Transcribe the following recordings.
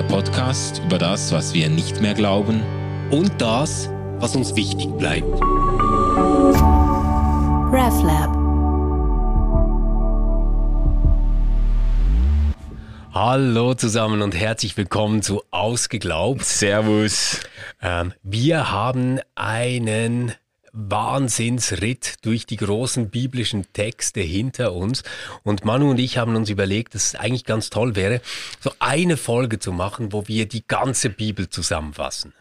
der Podcast über das, was wir nicht mehr glauben und das, was uns wichtig bleibt. RefLab. Hallo zusammen und herzlich willkommen zu Ausgeglaubt. Servus. Wir haben einen Wahnsinnsritt durch die großen biblischen Texte hinter uns und Manu und ich haben uns überlegt, dass es eigentlich ganz toll wäre, so eine Folge zu machen, wo wir die ganze Bibel zusammenfassen.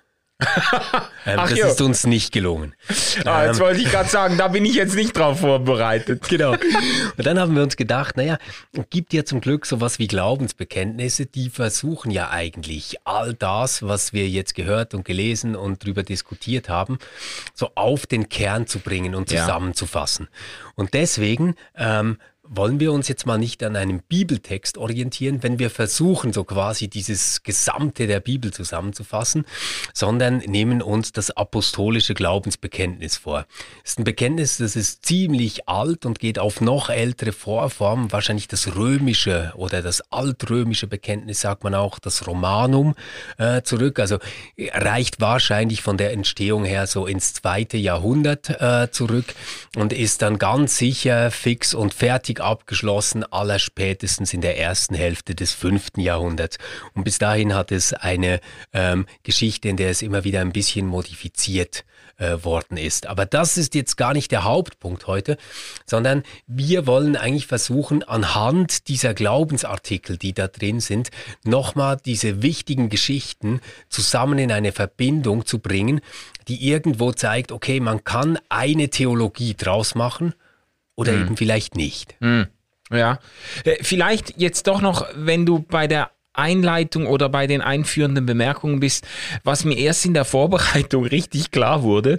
Das ist uns nicht gelungen. Jetzt wollte ich gerade sagen, da bin ich jetzt nicht drauf vorbereitet. Genau. Und dann haben wir uns gedacht, es gibt ja zum Glück sowas wie Glaubensbekenntnisse, die versuchen ja eigentlich all das, was wir jetzt gehört und gelesen und drüber diskutiert haben, so auf den Kern zu bringen und zusammenzufassen. Und deswegen wollen wir uns jetzt mal nicht an einem Bibeltext orientieren, wenn wir versuchen, so quasi dieses Gesamte der Bibel zusammenzufassen, sondern nehmen uns das apostolische Glaubensbekenntnis vor. Das ist ein Bekenntnis, das ist ziemlich alt und geht auf noch ältere Vorformen, wahrscheinlich das römische oder das altrömische Bekenntnis, sagt man auch, das Romanum zurück. Also reicht wahrscheinlich von der Entstehung her so ins 2. Jahrhundert zurück und ist dann ganz sicher fix und fertig abgeschlossen, allerspätestens in der ersten Hälfte des 5. Jahrhunderts. Und bis dahin hat es eine Geschichte, in der es immer wieder ein bisschen modifiziert worden ist. Aber das ist jetzt gar nicht der Hauptpunkt heute, sondern wir wollen eigentlich versuchen, anhand dieser Glaubensartikel, die da drin sind, nochmal diese wichtigen Geschichten zusammen in eine Verbindung zu bringen, die irgendwo zeigt, okay, man kann eine Theologie draus machen, oder eben vielleicht nicht. Ja, vielleicht jetzt doch noch, wenn du bei der Einleitung oder bei den einführenden Bemerkungen bist, was mir erst in der Vorbereitung richtig klar wurde,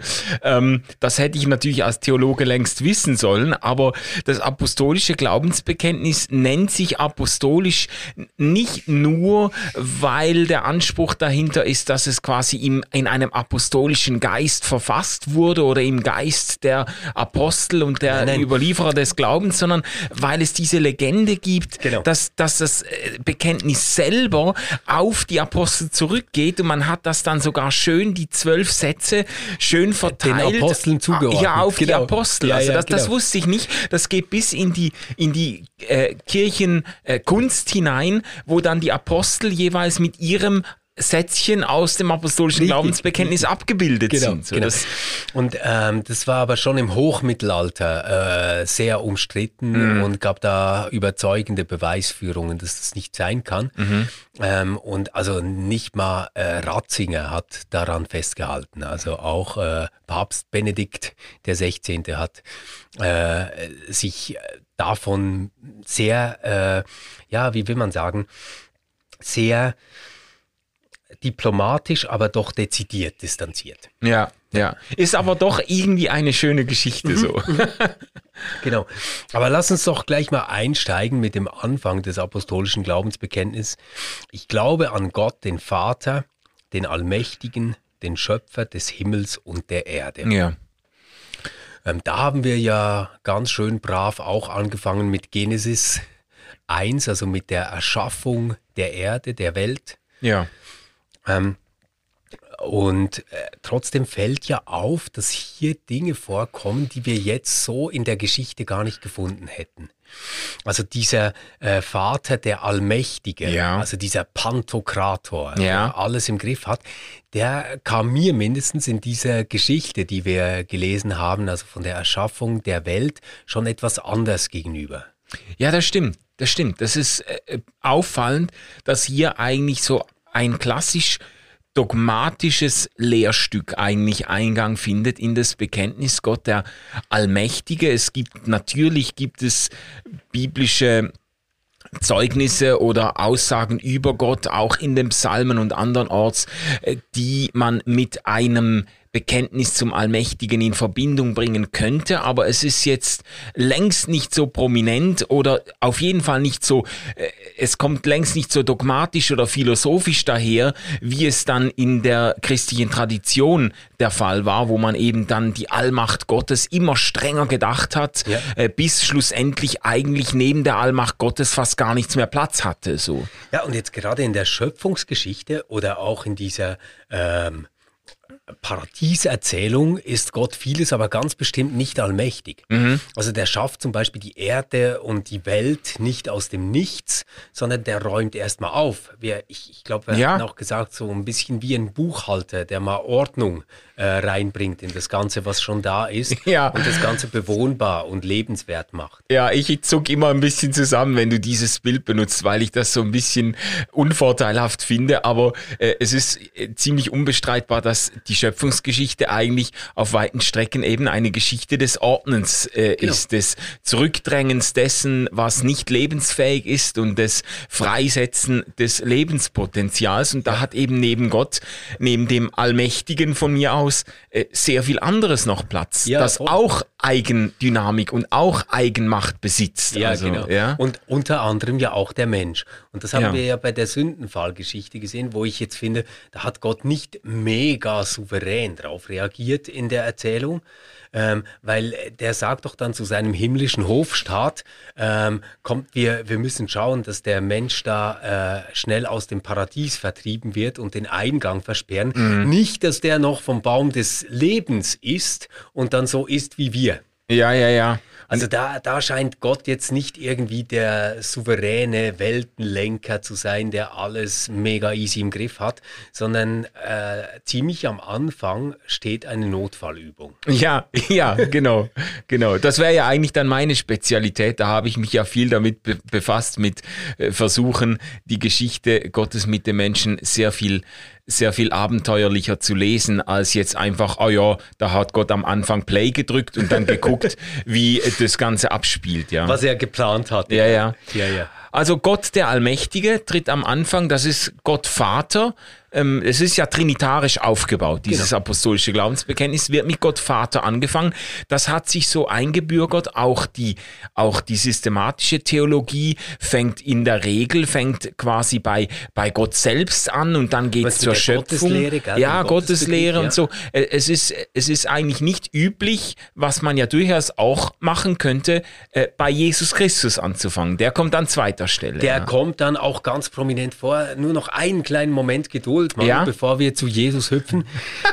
das hätte ich natürlich als Theologe längst wissen sollen, aber das apostolische Glaubensbekenntnis nennt sich apostolisch nicht nur, weil der Anspruch dahinter ist, dass es quasi in einem apostolischen Geist verfasst wurde oder im Geist der Apostel und der Überlieferer des Glaubens, sondern weil es diese Legende gibt, dass das Bekenntnis selber auf die Apostel zurückgeht und man hat das dann sogar schön, die 12 Sätze, schön verteilt. Den Aposteln zugeordnet. Ja, auf die Apostel. Also das wusste ich nicht. Das geht bis in die Kirchenkunst hinein, wo dann die Apostel jeweils mit ihrem Sätzchen aus dem apostolischen Glaubensbekenntnis abgebildet sind. So, und das war aber schon im Hochmittelalter sehr umstritten und gab da überzeugende Beweisführungen, dass das nicht sein kann. Und also nicht mal Ratzinger hat daran festgehalten. Also auch Papst Benedikt der 16. hat sich davon sehr, wie will man sagen, sehr diplomatisch, aber doch dezidiert distanziert. Ja. Ist aber doch irgendwie eine schöne Geschichte so. Genau. Aber lass uns doch gleich mal einsteigen mit dem Anfang des apostolischen Glaubensbekenntnisses. Ich glaube an Gott, den Vater, den Allmächtigen, den Schöpfer des Himmels und der Erde. Ja. Da haben wir ja ganz schön brav auch angefangen mit Genesis 1, also mit der Erschaffung der Erde, der Welt. Ja. Und trotzdem fällt ja auf, dass hier Dinge vorkommen, die wir jetzt so in der Geschichte gar nicht gefunden hätten. Also dieser Vater, der Allmächtige, also dieser Pantokrator, der alles im Griff hat, der kam mir mindestens in dieser Geschichte, die wir gelesen haben, also von der Erschaffung der Welt, schon etwas anders gegenüber. Ja, das stimmt. Das ist auffallend, dass hier eigentlich so ein klassisch dogmatisches Lehrstück eigentlich Eingang findet in das Bekenntnis Gott der Allmächtige. Natürlich gibt es biblische Zeugnisse oder Aussagen über Gott, auch in den Psalmen und andernorts, die man mit einem Bekenntnis zum Allmächtigen in Verbindung bringen könnte, aber es ist jetzt längst nicht so prominent oder auf jeden Fall nicht so, es kommt längst nicht so dogmatisch oder philosophisch daher, wie es dann in der christlichen Tradition der Fall war, wo man eben dann die Allmacht Gottes immer strenger gedacht hat, bis schlussendlich eigentlich neben der Allmacht Gottes fast gar nichts mehr Platz hatte. So. Ja, und jetzt gerade in der Schöpfungsgeschichte oder auch in dieser Paradieserzählung ist Gott vieles, aber ganz bestimmt nicht allmächtig. Also der schafft zum Beispiel die Erde und die Welt nicht aus dem Nichts, sondern der räumt erstmal auf. Ich glaube, wir hatten auch gesagt, so ein bisschen wie ein Buchhalter, der mal Ordnung reinbringt in das Ganze, was schon da ist und das Ganze bewohnbar und lebenswert macht. Ja, ich zuck immer ein bisschen zusammen, wenn du dieses Bild benutzt, weil ich das so ein bisschen unvorteilhaft finde, aber es ist ziemlich unbestreitbar, dass die Schöpfungsgeschichte eigentlich auf weiten Strecken eben eine Geschichte des Ordnens ist, des Zurückdrängens dessen, was nicht lebensfähig ist und des Freisetzen des Lebenspotenzials. Und da hat eben neben Gott, neben dem Allmächtigen von mir aus, sehr viel anderes noch Platz, das auch Eigendynamik und auch Eigenmacht besitzt. Ja, genau. Ja? Und unter anderem ja auch der Mensch. Und das haben wir ja bei der Sündenfallgeschichte gesehen, wo ich jetzt finde, da hat Gott nicht mega souverän drauf reagiert in der Erzählung, weil der sagt doch dann zu seinem himmlischen Hofstaat, wir müssen schauen, dass der Mensch da schnell aus dem Paradies vertrieben wird und den Eingang versperren. Nicht, dass der noch vom Baum des Lebens isst und dann so isst wie wir. Ja. Also da scheint Gott jetzt nicht irgendwie der souveräne Weltenlenker zu sein, der alles mega easy im Griff hat, sondern ziemlich am Anfang steht eine Notfallübung. Ja, genau. Das wäre ja eigentlich dann meine Spezialität. Da habe ich mich ja viel damit befasst, mit Versuchen, die Geschichte Gottes mit den Menschen sehr viel abenteuerlicher zu lesen, als jetzt einfach, da hat Gott am Anfang Play gedrückt und dann geguckt, wie das Ganze abspielt. Ja. Was er geplant hat. Ja. Also Gott, der Allmächtige, tritt am Anfang, das ist Gott Vater. Es ist ja trinitarisch aufgebaut, dieses apostolische Glaubensbekenntnis, wird mit Gott Vater angefangen. Das hat sich so eingebürgert, auch die systematische Theologie fängt quasi bei Gott selbst an und dann geht es zur Schöpfung. Gotteslehre und so. Es ist eigentlich nicht üblich, was man ja durchaus auch machen könnte, bei Jesus Christus anzufangen. Der kommt an zweiter Stelle. Der kommt dann auch ganz prominent vor. Nur noch einen kleinen Moment Geduld, bevor wir zu Jesus hüpfen.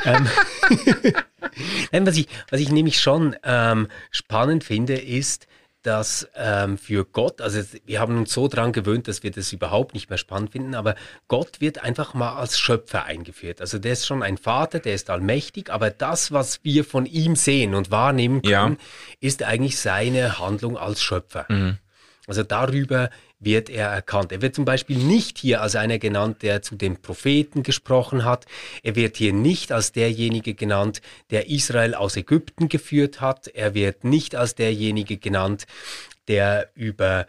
Nein, was ich nämlich schon spannend finde, ist, dass für Gott, also wir haben uns so dran gewöhnt, dass wir das überhaupt nicht mehr spannend finden, aber Gott wird einfach mal als Schöpfer eingeführt. Also der ist schon ein Vater, der ist allmächtig, aber das, was wir von ihm sehen und wahrnehmen können, ist eigentlich seine Handlung als Schöpfer. Also darüber wird er erkannt. Er wird zum Beispiel nicht hier als einer genannt, der zu den Propheten gesprochen hat. Er wird hier nicht als derjenige genannt, der Israel aus Ägypten geführt hat. Er wird nicht als derjenige genannt, der über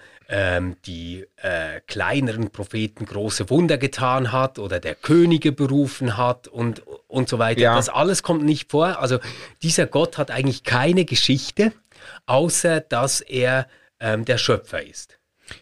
die kleineren Propheten große Wunder getan hat oder der Könige berufen hat und so weiter. Ja. Das alles kommt nicht vor. Also dieser Gott hat eigentlich keine Geschichte, außer dass er der Schöpfer ist.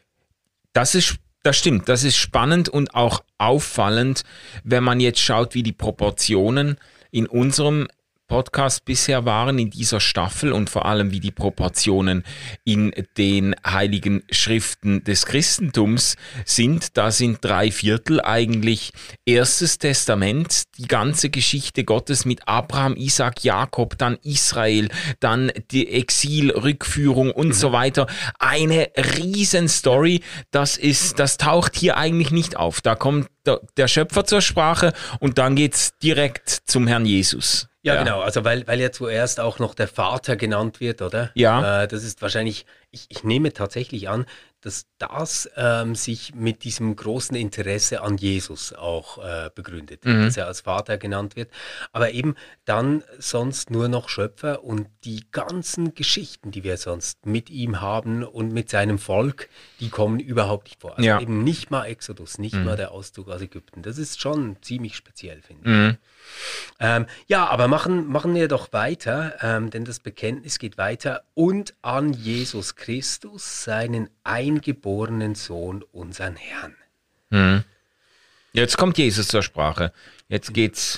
Das stimmt, das ist spannend und auch auffallend, wenn man jetzt schaut, wie die Proportionen in unserem Podcast bisher waren in dieser Staffel und vor allem wie die Proportionen in den heiligen Schriften des Christentums sind. Da sind 3/4 eigentlich Erstes Testament, die ganze Geschichte Gottes mit Abraham, Isaac, Jakob, dann Israel, dann die Exilrückführung und so weiter. Eine Riesenstory, das taucht hier eigentlich nicht auf. Da kommt der Schöpfer zur Sprache und dann geht's direkt zum Herrn Jesus. Ja, genau, also weil ja zuerst auch noch der Vater genannt wird, oder? Ja. Das ist wahrscheinlich, ich nehme tatsächlich an, dass das sich mit diesem großen Interesse an Jesus auch begründet, dass er als Vater genannt wird. Aber eben dann sonst nur noch Schöpfer und die ganzen Geschichten, die wir sonst mit ihm haben und mit seinem Volk, die kommen überhaupt nicht vor. Also eben nicht mal Exodus, nicht mal der Auszug aus Ägypten. Das ist schon ziemlich speziell, finde ich. Ja, aber machen wir doch weiter, denn das Bekenntnis geht weiter. Und an Jesus Christus, seinen eingeborenen Sohn, unseren Herrn. Mhm. Jetzt kommt Jesus zur Sprache. Jetzt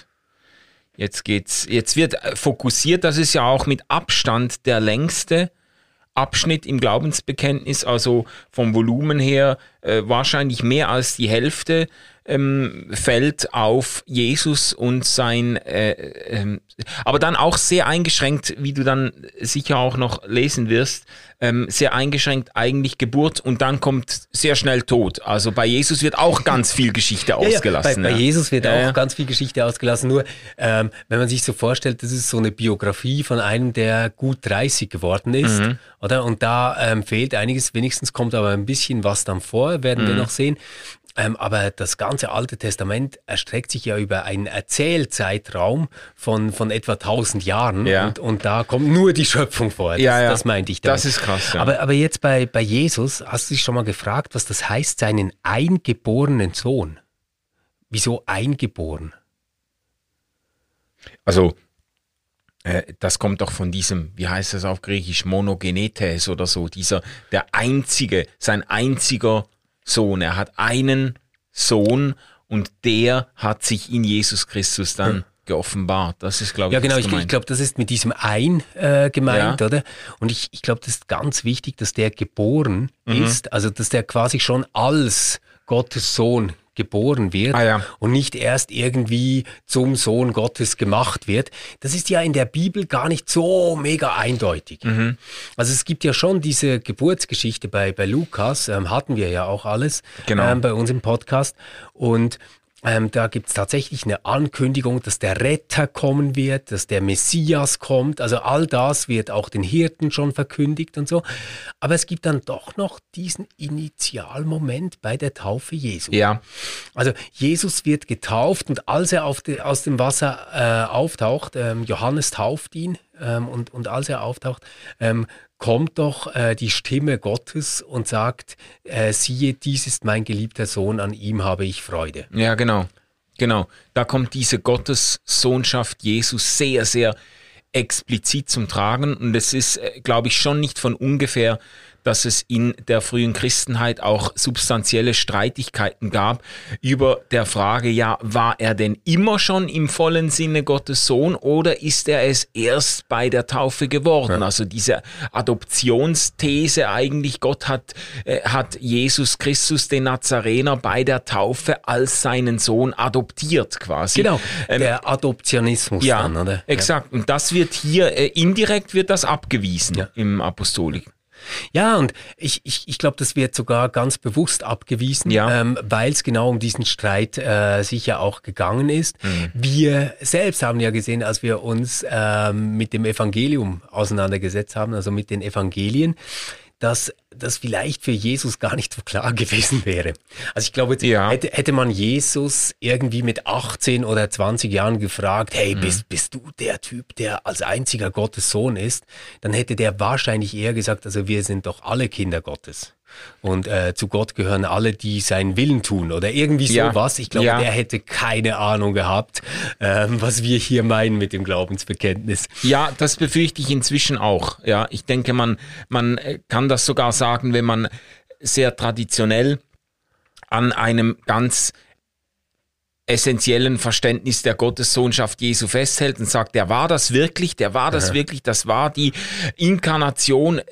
wird fokussiert, das ist ja auch mit Abstand der längste Abschnitt im Glaubensbekenntnis, also vom Volumen her wahrscheinlich mehr als die Hälfte fällt auf Jesus und sein, aber dann auch sehr eingeschränkt, wie du dann sicher auch noch lesen wirst, sehr eingeschränkt eigentlich Geburt und dann kommt sehr schnell Tod. Also bei Jesus wird auch ganz viel Geschichte ausgelassen. Bei Jesus wird auch ganz viel Geschichte ausgelassen, nur wenn man sich so vorstellt, das ist so eine Biografie von einem, der gut 30 geworden ist, oder? Und da fehlt einiges, wenigstens kommt aber ein bisschen was dann vor, werden wir noch sehen. Aber das ganze Alte Testament erstreckt sich ja über einen Erzählzeitraum von etwa 1000 Jahren und da kommt nur die Schöpfung vor. Das meinte ich damit. Das ist krass. Ja. Aber jetzt bei Jesus, hast du dich schon mal gefragt, was das heißt, seinen eingeborenen Sohn? Wieso eingeboren? Also, das kommt doch von diesem, wie heißt das auf Griechisch, Monogenetes oder so, sein einziger Sohn. Er hat einen Sohn und der hat sich in Jesus Christus dann geoffenbart. Das ist, glaube ich, genau. Ich glaube, das ist mit diesem Ein gemeint, oder? Und ich glaube, das ist ganz wichtig, dass der geboren ist, also dass der quasi schon als Gottes Sohn geboren wird und nicht erst irgendwie zum Sohn Gottes gemacht wird. Das ist ja in der Bibel gar nicht so mega eindeutig. Also es gibt ja schon diese Geburtsgeschichte bei Lukas, hatten wir ja auch alles bei uns im Podcast und da gibt es tatsächlich eine Ankündigung, dass der Retter kommen wird, dass der Messias kommt. Also all das wird auch den Hirten schon verkündigt und so. Aber es gibt dann doch noch diesen Initialmoment bei der Taufe Jesu. Ja. Also Jesus wird getauft und als er aus dem Wasser auftaucht, Johannes tauft ihn und als er auftaucht, kommt doch die Stimme Gottes und sagt, siehe, dies ist mein geliebter Sohn, an ihm habe ich Freude. Ja, genau. Da kommt diese Gottessohnschaft Jesus sehr, sehr explizit zum Tragen und es ist, glaube ich, schon nicht von ungefähr, dass es in der frühen Christenheit auch substanzielle Streitigkeiten gab über der Frage, war er denn immer schon im vollen Sinne Gottes Sohn oder ist er es erst bei der Taufe geworden? Ja. Also diese Adoptionsthese eigentlich, Gott hat Jesus Christus, den Nazarener, bei der Taufe als seinen Sohn adoptiert quasi. Genau, der Adoptionismus dann, oder? Exakt. Und das wird hier, indirekt wird das abgewiesen im Apostolik. Ja, und ich glaube, das wird sogar ganz bewusst abgewiesen, weil es genau um diesen Streit sicher auch gegangen ist. Wir selbst haben ja gesehen, als wir uns mit dem Evangelium auseinandergesetzt haben, also mit den Evangelien, dass das vielleicht für Jesus gar nicht so klar gewesen wäre. Also ich glaube, hätte man Jesus irgendwie mit 18 oder 20 Jahren gefragt, hey, bist du der Typ, der als einziger Gottes Sohn ist, dann hätte der wahrscheinlich eher gesagt, also wir sind doch alle Kinder Gottes. Und zu Gott gehören alle, die seinen Willen tun oder irgendwie sowas. Ich glaube, der hätte keine Ahnung gehabt, was wir hier meinen mit dem Glaubensbekenntnis. Ja, das befürchte ich inzwischen auch. Ja, ich denke, man kann das sogar sagen, wenn man sehr traditionell an einem ganz essentiellen Verständnis der Gottessohnschaft Jesu festhält und sagt, der war das wirklich, das war die Inkarnation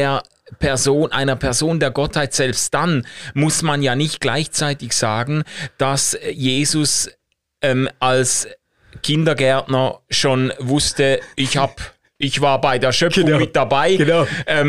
einer Person der Gottheit. Selbst dann muss man ja nicht gleichzeitig sagen, dass Jesus als Kindergärtner schon wusste, ich war bei der Schöpfung mit dabei. Genau.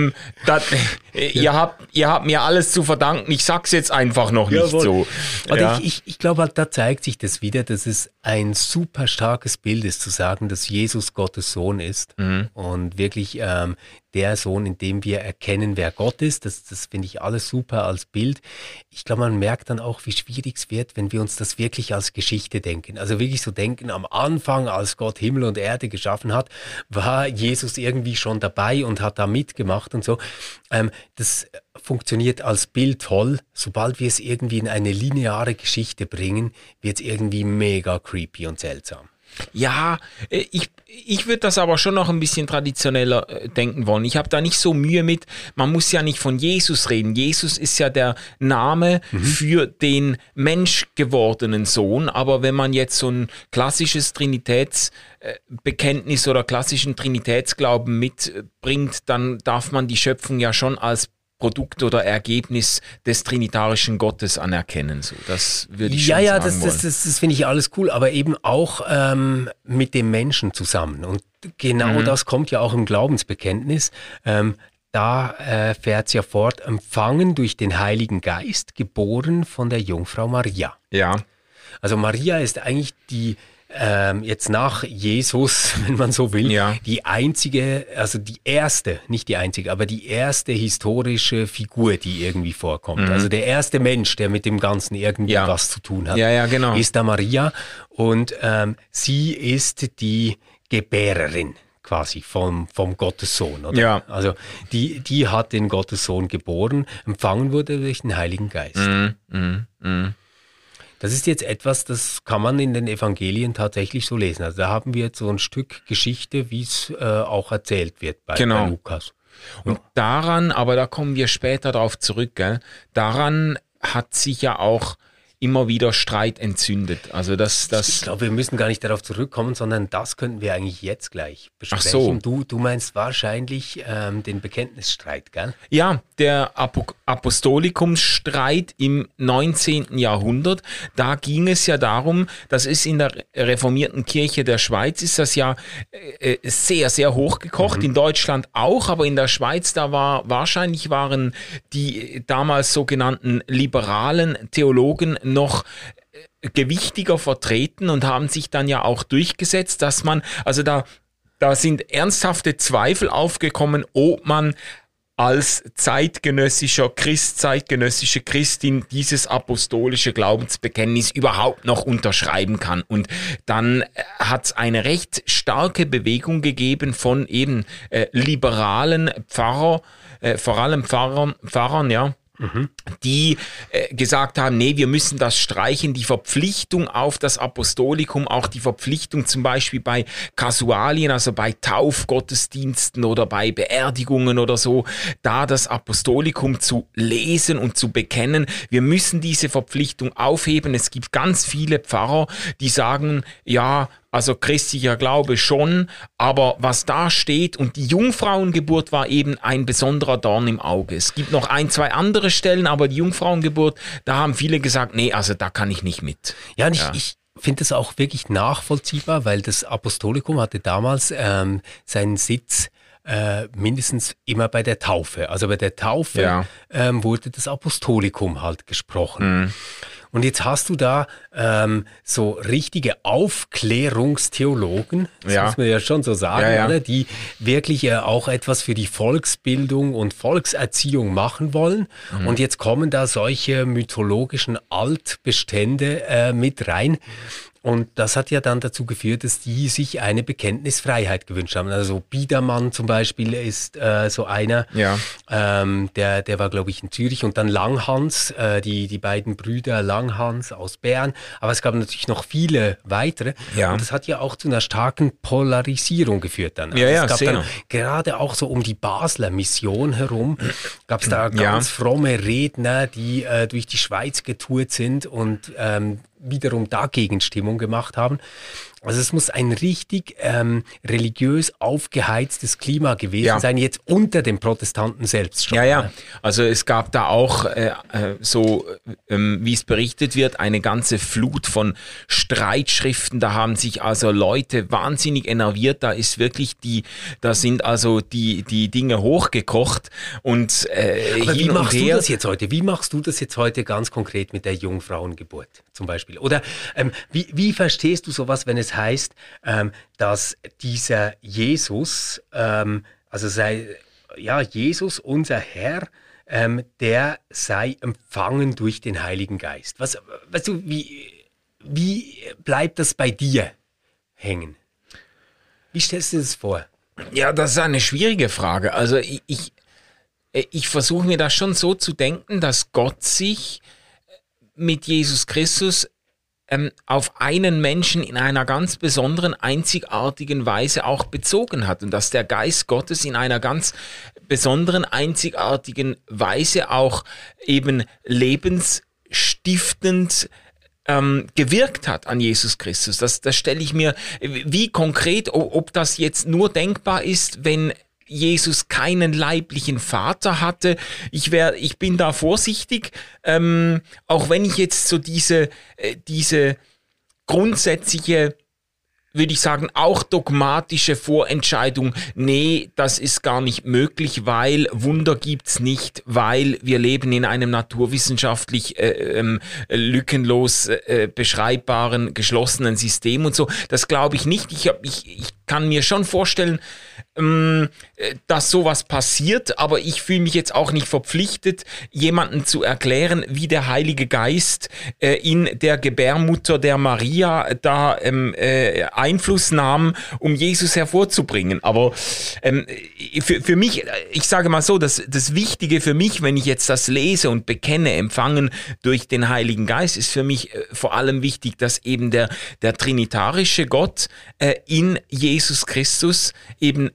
Ihr habt mir alles zu verdanken. Ich sag's jetzt einfach noch nicht so. Also ich glaube halt, da zeigt sich das wieder, dass es ein super starkes Bild ist, zu sagen, dass Jesus Gottes Sohn ist und wirklich der Sohn, in dem wir erkennen, wer Gott ist. Das finde ich alles super als Bild. Ich glaube, man merkt dann auch, wie schwierig es wird, wenn wir uns das wirklich als Geschichte denken. Also wirklich so denken, am Anfang, als Gott Himmel und Erde geschaffen hat, war Jesus irgendwie schon dabei und hat da mitgemacht und so. Das funktioniert als Bild toll. Sobald wir es irgendwie in eine lineare Geschichte bringen, wird es irgendwie mega creepy und seltsam. Ja, ich würde das aber schon noch ein bisschen traditioneller denken wollen. Ich habe da nicht so Mühe mit, man muss ja nicht von Jesus reden. Jesus ist ja der Name für den menschgewordenen Sohn, aber wenn man jetzt so ein klassisches Trinitätsbekenntnis oder klassischen Trinitätsglauben mitbringt, dann darf man die Schöpfung ja schon als Produkt oder Ergebnis des trinitarischen Gottes anerkennen. So, das würde ich schon sagen wollen. Das finde ich alles cool, aber eben auch mit dem Menschen zusammen. Und genau das kommt ja auch im Glaubensbekenntnis. Da fährt es ja fort, empfangen durch den Heiligen Geist, geboren von der Jungfrau Maria. Ja. Also Maria ist eigentlich die jetzt nach Jesus, wenn man so will, die einzige, also die erste, nicht die einzige, aber die erste historische Figur, die irgendwie vorkommt. Also der erste Mensch, der mit dem Ganzen irgendwie was zu tun hat, genau. ist da Maria und sie ist die Gebärerin quasi vom Gottessohn. Oder? Ja. Also die hat den Gottessohn geboren, empfangen wurde durch den Heiligen Geist. Das ist jetzt etwas, das kann man in den Evangelien tatsächlich so lesen. Also da haben wir jetzt so ein Stück Geschichte, wie es auch erzählt wird bei Lukas. Und daran, aber da kommen wir später darauf zurück, gell? Daran hat sich ja auch immer wieder Streit entzündet. Also Ich glaube, wir müssen gar nicht darauf zurückkommen, sondern das könnten wir eigentlich jetzt gleich besprechen. Ach so. Du meinst wahrscheinlich den Bekenntnisstreit, gell? Ja, der Apostolikumsstreit im 19. Jahrhundert, da ging es ja darum, das ist in der reformierten Kirche der Schweiz, ist das ja sehr, sehr hochgekocht, in Deutschland auch, aber in der Schweiz, waren die damals sogenannten liberalen Theologen noch gewichtiger vertreten und haben sich dann ja auch durchgesetzt, dass man, also da sind ernsthafte Zweifel aufgekommen, ob man als zeitgenössische Christin dieses apostolische Glaubensbekenntnis überhaupt noch unterschreiben kann. Und dann hat es eine recht starke Bewegung gegeben von eben liberalen vor allem Pfarrern, ja, die gesagt haben, nee, wir müssen das streichen, die Verpflichtung auf das Apostolikum, auch die Verpflichtung zum Beispiel bei Kasualien, also bei Taufgottesdiensten oder bei Beerdigungen oder so, da das Apostolikum zu lesen und zu bekennen. Wir müssen diese Verpflichtung aufheben. Es gibt ganz viele Pfarrer, die sagen, ja, also christlicher Glaube schon, aber was da steht, und die Jungfrauengeburt war eben ein besonderer Dorn im Auge. Es gibt noch 1, 2 andere Stellen, aber die Jungfrauengeburt, da haben viele gesagt, nee, also da kann ich nicht mit. Ja, und ich finde das auch wirklich nachvollziehbar, weil das Apostolikum hatte damals seinen Sitz mindestens immer bei der Taufe. Also bei der Taufe wurde das Apostolikum halt gesprochen. Und jetzt hast du da so richtige Aufklärungstheologen, das muss man ja schon so sagen, oder? Die wirklich auch etwas für die Volksbildung und Volkserziehung machen wollen. Und jetzt kommen da solche mythologischen Altbestände mit rein. Und das hat ja dann dazu geführt, dass die sich eine Bekenntnisfreiheit gewünscht haben. Also Biedermann zum Beispiel ist so einer, der war, glaube ich, in Zürich. Und dann Langhans, die beiden Brüder Langhans aus Bern. Aber es gab natürlich noch viele weitere. Ja. Und das hat ja auch zu einer starken Polarisierung geführt dann. Also es gab dann gerade auch so um die Basler Mission herum, gab es da ganz fromme Redner, die durch die Schweiz getourt sind und wiederum dagegen Stimmung gemacht haben. Also es muss ein richtig religiös aufgeheiztes Klima gewesen sein, jetzt unter den Protestanten selbst schon. Ja. Also es gab da auch, wie es berichtet wird, eine ganze Flut von Streitschriften. Da haben sich also Leute wahnsinnig enerviert. Da sind also die Dinge hochgekocht. Und aber wie machst du das jetzt heute? Wie machst du das jetzt heute ganz konkret mit der Jungfrauengeburt zum Beispiel? Oder wie verstehst du sowas, wenn es heißt, dass dieser Jesus, Jesus, unser Herr, der sei empfangen durch den Heiligen Geist. Weißt du, wie bleibt das bei dir hängen? Wie stellst du das vor? Ja, das ist eine schwierige Frage. Also ich versuche mir das schon so zu denken, dass Gott sich mit Jesus Christus auf einen Menschen in einer ganz besonderen, einzigartigen Weise auch bezogen hat und dass der Geist Gottes in einer ganz besonderen, einzigartigen Weise auch eben lebensstiftend gewirkt hat an Jesus Christus. Das stelle ich mir, wie konkret, ob das jetzt nur denkbar ist, wenn Jesus keinen leiblichen Vater hatte. Ich bin da vorsichtig, auch wenn ich jetzt so diese grundsätzliche, würde ich sagen, auch dogmatische Vorentscheidung, nee, das ist gar nicht möglich, weil Wunder gibt's nicht, weil wir leben in einem naturwissenschaftlich lückenlos beschreibbaren, geschlossenen System und so. Das glaube ich nicht. Ich kann mir schon vorstellen, dass sowas passiert, aber ich fühle mich jetzt auch nicht verpflichtet, jemanden zu erklären, wie der Heilige Geist in der Gebärmutter der Maria da Einfluss nahm, um Jesus hervorzubringen. Aber für mich, ich sage mal so, das Wichtige für mich, wenn ich jetzt das lese und bekenne, empfangen durch den Heiligen Geist, ist für mich vor allem wichtig, dass eben der trinitarische Gott in Jesus Christus eben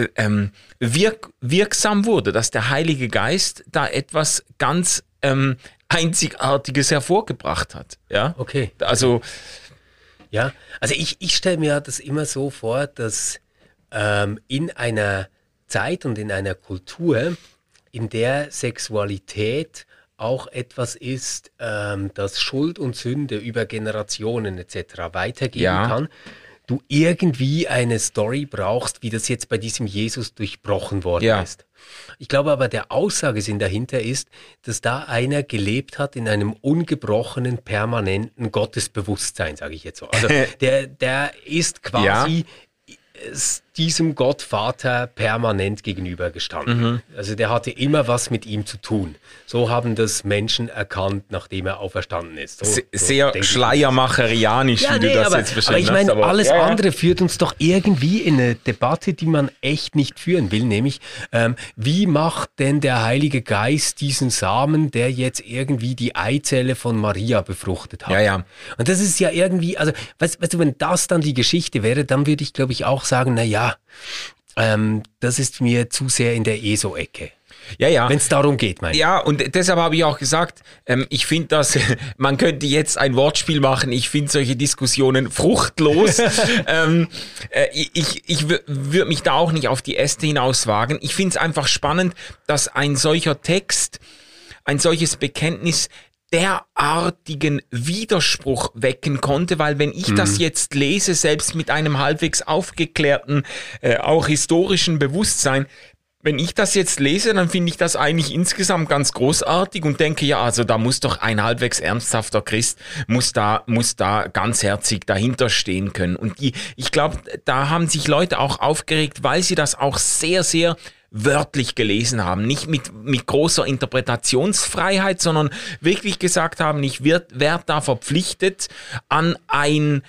wirksam wurde, dass der Heilige Geist da etwas ganz Einzigartiges hervorgebracht hat. Ja? Okay. Also ja, also ich stelle mir das immer so vor, dass in einer Zeit und in einer Kultur, in der Sexualität auch etwas ist, das Schuld und Sünde über Generationen etc. weitergeben kann, du irgendwie eine Story brauchst, wie das jetzt bei diesem Jesus durchbrochen worden ist. Ich glaube aber, der Aussagesinn dahinter ist, dass da einer gelebt hat in einem ungebrochenen, permanenten Gottesbewusstsein, sage ich jetzt so. Also der ist quasi diesem Gottvater permanent gegenübergestanden. Also der hatte immer was mit ihm zu tun. So haben das Menschen erkannt, nachdem er auferstanden ist. Sehr schleiermacherianisch, wie du das jetzt beschrieben hast. Aber ich meine, alles andere führt uns doch irgendwie in eine Debatte, die man echt nicht führen will, nämlich wie macht denn der Heilige Geist diesen Samen, der jetzt irgendwie die Eizelle von Maria befruchtet hat? Und das ist ja irgendwie, also weißt du, wenn das dann die Geschichte wäre, dann würde ich, glaube ich, auch sagen, das ist mir zu sehr in der ESO-Ecke. Wenn es darum geht, meine ich. Ja, und deshalb habe ich auch gesagt, ich finde das, man könnte jetzt ein Wortspiel machen, ich finde solche Diskussionen fruchtlos. Ich würde mich da auch nicht auf die Äste hinauswagen. Ich finde es einfach spannend, dass ein solcher Text, ein solches Bekenntnis derartigen Widerspruch wecken konnte, weil wenn ich das jetzt lese, selbst mit einem halbwegs aufgeklärten, auch historischen Bewusstsein, wenn ich das jetzt lese, dann finde ich das eigentlich insgesamt ganz großartig und denke, ja, also da muss doch ein halbwegs ernsthafter Christ, muss da ganzherzig dahinter stehen können. Und ich glaube, da haben sich Leute auch aufgeregt, weil sie das auch sehr, sehr wörtlich gelesen haben, nicht mit großer Interpretationsfreiheit, sondern wirklich gesagt haben, ich werde da verpflichtet, an ein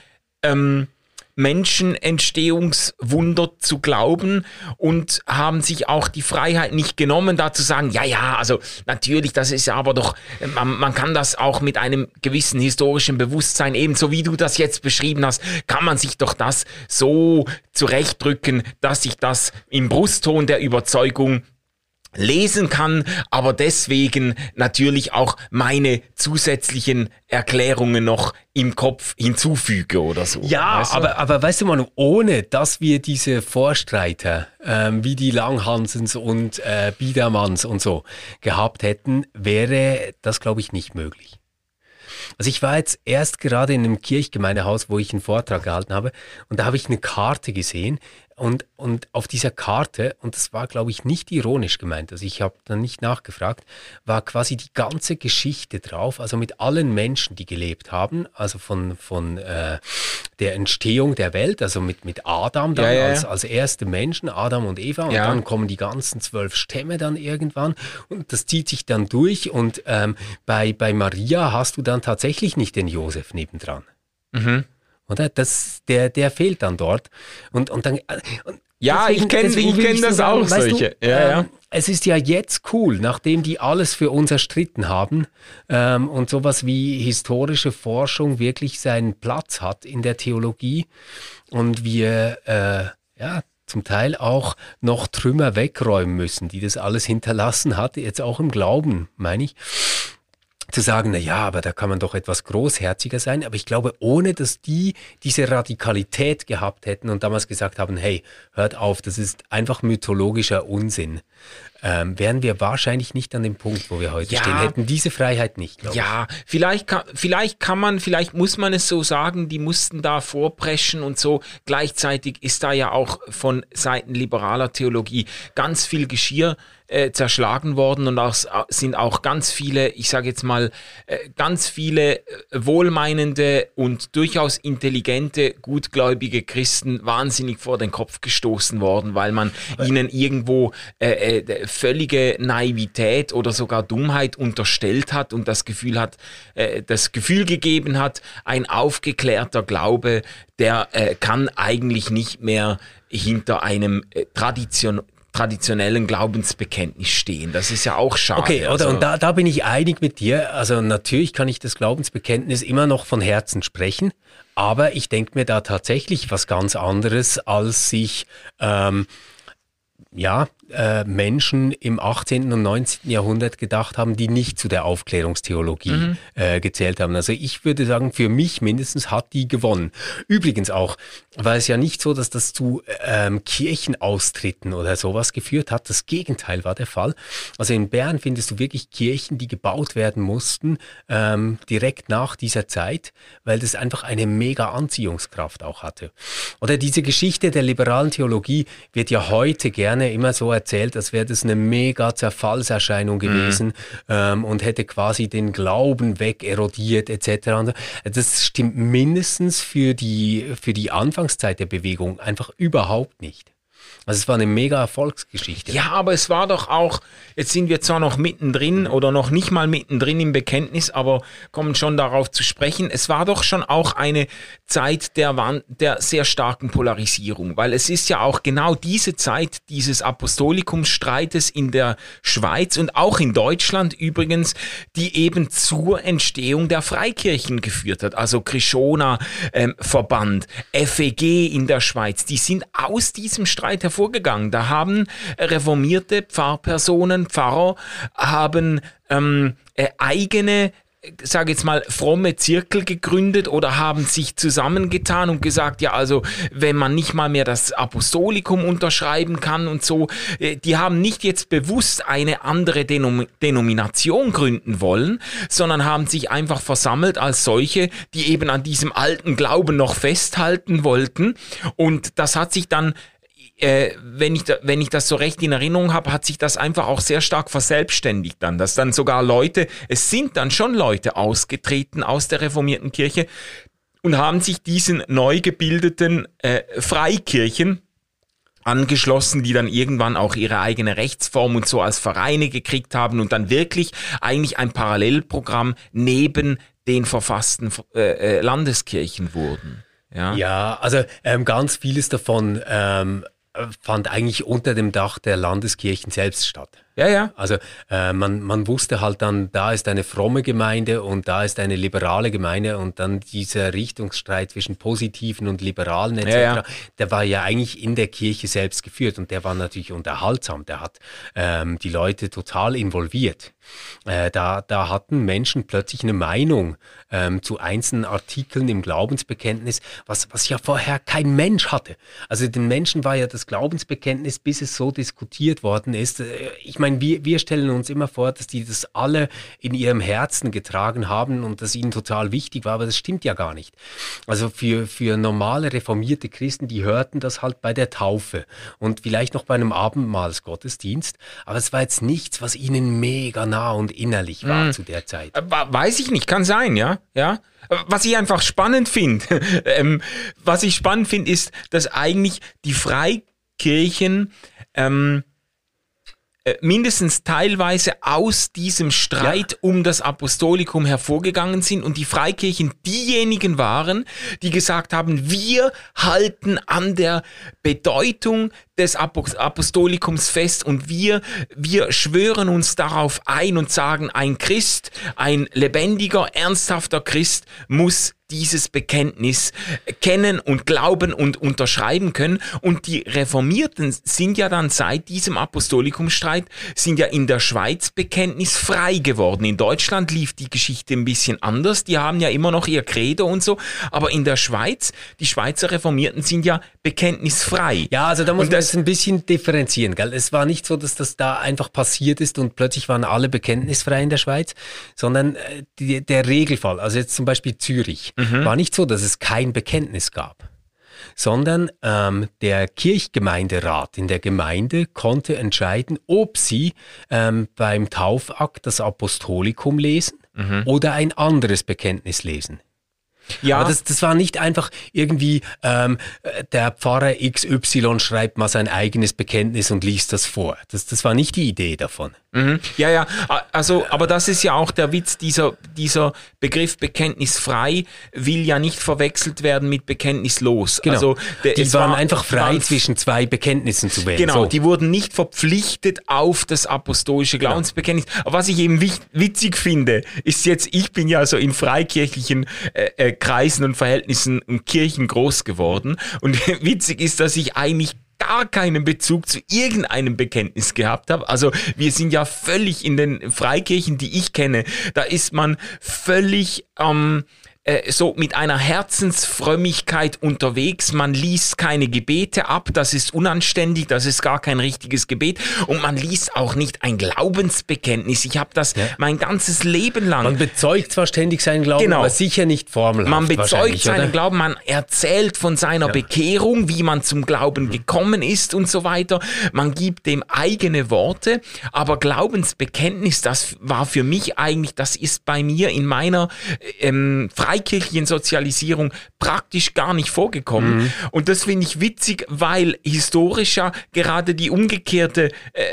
Menschenentstehungswunder zu glauben und haben sich auch die Freiheit nicht genommen, da zu sagen, also natürlich, das ist ja aber doch, man kann das auch mit einem gewissen historischen Bewusstsein, ebenso wie du das jetzt beschrieben hast, kann man sich doch das so zurechtdrücken, dass sich das im Brustton der Überzeugung lesen kann, aber deswegen natürlich auch meine zusätzlichen Erklärungen noch im Kopf hinzufüge oder so. Ja, weißt du? aber weißt du, Manu, ohne dass wir diese Vorstreiter wie die Langhansens und Biedermanns und so gehabt hätten, wäre das, glaube ich, nicht möglich. Also ich war jetzt erst gerade in einem Kirchgemeindehaus, wo ich einen Vortrag gehalten habe, und da habe ich eine Karte gesehen und auf dieser Karte, und das war, glaube ich, nicht ironisch gemeint, also ich habe dann nicht nachgefragt, war quasi die ganze Geschichte drauf, also mit allen Menschen, die gelebt haben, also von der Entstehung der Welt, also mit Adam dann als erste Menschen, Adam und Eva, und dann kommen die ganzen 12 Stämme dann irgendwann und das zieht sich dann durch und bei Maria hast du dann tatsächlich nicht den Josef nebendran. Oder? Der fehlt dann dort. Und Ja, ich kenn das auch, solche. Ja. Es ist ja jetzt cool, nachdem die alles für uns erstritten haben und sowas wie historische Forschung wirklich seinen Platz hat in der Theologie und wir zum Teil auch noch Trümmer wegräumen müssen, die das alles hinterlassen hat, jetzt auch im Glauben, meine ich. Zu sagen, na ja, aber da kann man doch etwas großherziger sein. Aber ich glaube, ohne dass die diese Radikalität gehabt hätten und damals gesagt haben, hey, hört auf, das ist einfach mythologischer Unsinn, wären wir wahrscheinlich nicht an dem Punkt, wo wir heute stehen, hätten diese Freiheit nicht, glaube ich. Ja, vielleicht muss man es so sagen, die mussten da vorpreschen und so. Gleichzeitig ist da ja auch von Seiten liberaler Theologie ganz viel Geschirr zerschlagen worden und sind auch ganz viele, ich sage jetzt mal, ganz viele wohlmeinende und durchaus intelligente, gutgläubige Christen wahnsinnig vor den Kopf gestoßen worden, weil man ihnen irgendwo völlige Naivität oder sogar Dummheit unterstellt hat und das Gefühl gegeben hat, ein aufgeklärter Glaube, der kann eigentlich nicht mehr hinter einem traditionellen Glaubensbekenntnis stehen. Das ist ja auch schade. Okay, und da bin ich einig mit dir. Also natürlich kann ich das Glaubensbekenntnis immer noch von Herzen sprechen, aber ich denke mir da tatsächlich was ganz anderes, als sich Menschen im 18. und 19. Jahrhundert gedacht haben, die nicht zu der Aufklärungstheologie gezählt haben. Also ich würde sagen, für mich mindestens hat die gewonnen. Übrigens auch, war es ja nicht so, dass das zu Kirchenaustritten oder sowas geführt hat. Das Gegenteil war der Fall. Also in Bern findest du wirklich Kirchen, die gebaut werden mussten, direkt nach dieser Zeit, weil das einfach eine mega Anziehungskraft auch hatte. Oder diese Geschichte der liberalen Theologie wird ja heute gerne immer so erzählt, als wäre das eine mega Zerfallserscheinung gewesen und hätte quasi den Glauben wegerodiert etc. Das stimmt mindestens für die Anfangszeit der Bewegung einfach überhaupt nicht. Also es war eine mega Erfolgsgeschichte. Ja, aber es war doch auch, jetzt sind wir zwar noch mittendrin oder noch nicht mal mittendrin im Bekenntnis, aber kommen schon darauf zu sprechen. Es war doch schon auch eine Zeit der sehr starken Polarisierung, weil es ist ja auch genau diese Zeit dieses Apostolikumsstreites in der Schweiz und auch in Deutschland übrigens, die eben zur Entstehung der Freikirchen geführt hat. Also Krishona Verband, FEG in der Schweiz, die sind aus diesem Streit hervorgegangen. Da haben reformierte Pfarrpersonen, Pfarrer, haben eigene, sage jetzt mal, fromme Zirkel gegründet oder haben sich zusammengetan und gesagt, ja, also wenn man nicht mal mehr das Apostolikum unterschreiben kann und so, die haben nicht jetzt bewusst eine andere Denomination gründen wollen, sondern haben sich einfach versammelt als solche, die eben an diesem alten Glauben noch festhalten wollten, und das hat sich dann wenn ich das so recht in Erinnerung habe, hat sich das einfach auch sehr stark verselbstständigt dann, dass dann sogar es sind dann schon Leute ausgetreten aus der reformierten Kirche und haben sich diesen neu gebildeten Freikirchen angeschlossen, die dann irgendwann auch ihre eigene Rechtsform und so als Vereine gekriegt haben und dann wirklich eigentlich ein Parallelprogramm neben den verfassten Landeskirchen wurden. Ja, also ganz vieles davon fand eigentlich unter dem Dach der Landeskirchen selbst statt. Ja. Also man wusste halt dann, da ist eine fromme Gemeinde und da ist eine liberale Gemeinde, und dann dieser Richtungsstreit zwischen Positiven und Liberalen etc., der war ja eigentlich in der Kirche selbst geführt, und der war natürlich unterhaltsam, der hat die Leute total involviert. Da hatten Menschen plötzlich eine Meinung zu einzelnen Artikeln im Glaubensbekenntnis, was ja vorher kein Mensch hatte. Also den Menschen war ja das Glaubensbekenntnis, bis es so diskutiert worden ist. Ich meine, wir stellen uns immer vor, dass die das alle in ihrem Herzen getragen haben und das ihnen total wichtig war, aber das stimmt ja gar nicht. Also für normale reformierte Christen, die hörten das halt bei der Taufe und vielleicht noch bei einem Abendmahlsgottesdienst, aber es war jetzt nichts, was ihnen mega nah und innerlich war zu der Zeit. Weiß ich nicht, kann sein, ja. Was ich einfach spannend finde, ist, dass eigentlich die Freikirchen mindestens teilweise aus diesem Streit um das Apostolikum hervorgegangen sind und die Freikirchen diejenigen waren, die gesagt haben, wir halten an der Bedeutung des Apostolikums fest und wir schwören uns darauf ein und sagen, ein Christ, ein lebendiger, ernsthafter Christ muss dieses Bekenntnis kennen und glauben und unterschreiben können. Und die Reformierten sind ja dann seit diesem Apostolikumsstreit, sind ja in der Schweiz bekenntnisfrei geworden. In Deutschland lief die Geschichte ein bisschen anders. Die haben ja immer noch ihr Credo und so. Aber in der Schweiz, die Schweizer Reformierten sind ja bekenntnisfrei. Ja, also da muss man das ein bisschen differenzieren, gell? Es war nicht so, dass das da einfach passiert ist und plötzlich waren alle bekenntnisfrei in der Schweiz, sondern der Regelfall, also jetzt zum Beispiel Zürich, war nicht so, dass es kein Bekenntnis gab, sondern der Kirchgemeinderat in der Gemeinde konnte entscheiden, ob sie beim Taufakt das Apostolikum lesen oder ein anderes Bekenntnis lesen. Ja. Aber das war nicht einfach irgendwie, der Pfarrer XY schreibt mal sein eigenes Bekenntnis und liest das vor. Das war nicht die Idee davon. Mhm. Ja, also, aber das ist ja auch der Witz, dieser Begriff bekenntnisfrei will ja nicht verwechselt werden mit bekenntnislos. Genau. Also, die waren einfach frei zwischen zwei Bekenntnissen zu wählen. Genau, so. Die wurden nicht verpflichtet auf das apostolische Glaubensbekenntnis. Aber was ich eben witzig finde, ist jetzt, ich bin ja so in freikirchlichen Kreisen und Verhältnissen und Kirchen groß geworden und witzig ist, dass ich eigentlich gar keinen Bezug zu irgendeinem Bekenntnis gehabt habe. Also wir sind ja völlig in den Freikirchen, die ich kenne, da ist man völlig so mit einer Herzensfrömmigkeit unterwegs. Man liest keine Gebete ab, das ist unanständig, das ist gar kein richtiges Gebet und man liest auch nicht ein Glaubensbekenntnis. Ich habe das mein ganzes Leben lang. Man bezeugt zwar ständig seinen Glauben, aber sicher nicht formelhaft. Man bezeugt seinen Glauben, man erzählt von seiner Bekehrung, wie man zum Glauben gekommen ist und so weiter. Man gibt dem eigene Worte, aber Glaubensbekenntnis, das war für mich eigentlich, das ist bei mir in meiner freikirchlichen Sozialisierung praktisch gar nicht vorgekommen. Und das finde ich witzig, weil historisch ja gerade die umgekehrte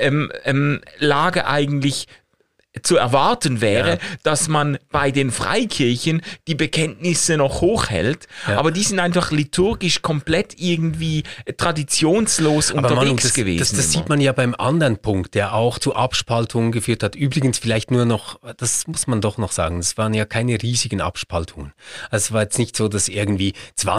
Lage eigentlich zu erwarten wäre, dass man bei den Freikirchen die Bekenntnisse noch hochhält, aber die sind einfach liturgisch komplett irgendwie traditionslos unterwegs gewesen. Das sieht man ja beim anderen Punkt, der auch zu Abspaltungen geführt hat. Übrigens vielleicht nur noch, das muss man doch noch sagen, es waren ja keine riesigen Abspaltungen. Also es war jetzt nicht so, dass irgendwie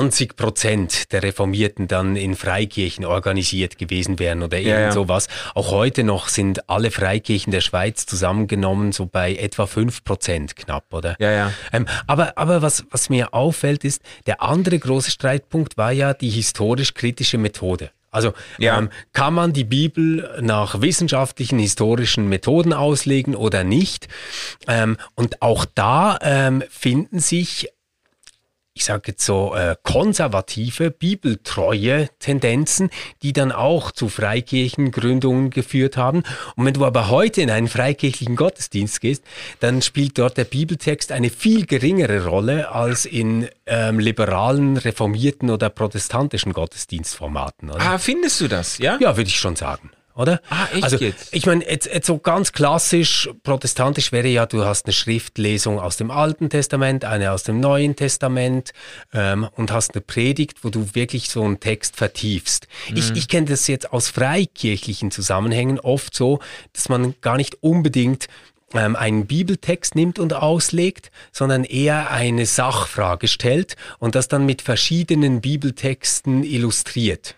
20% der Reformierten dann in Freikirchen organisiert gewesen wären oder irgend sowas. Auch heute noch sind alle Freikirchen der Schweiz zusammengenommen so bei etwa 5% knapp, oder? Ja. Aber was mir auffällt ist, der andere große Streitpunkt war ja die historisch-kritische Methode. Also kann man die Bibel nach wissenschaftlichen, historischen Methoden auslegen oder nicht? Und auch da finden sich, ich sage jetzt so, konservative, bibeltreue Tendenzen, die dann auch zu Freikirchengründungen geführt haben. Und wenn du aber heute in einen freikirchlichen Gottesdienst gehst, dann spielt dort der Bibeltext eine viel geringere Rolle als in liberalen, reformierten oder protestantischen Gottesdienstformaten. Oder? Findest du das? Ja, würde ich schon sagen. Oder? Echt also, jetzt? Ich meine, jetzt so ganz klassisch protestantisch wäre ja, du hast eine Schriftlesung aus dem Alten Testament, eine aus dem Neuen Testament und hast eine Predigt, wo du wirklich so einen Text vertiefst. Ich kenne das jetzt aus freikirchlichen Zusammenhängen oft so, dass man gar nicht unbedingt einen Bibeltext nimmt und auslegt, sondern eher eine Sachfrage stellt und das dann mit verschiedenen Bibeltexten illustriert.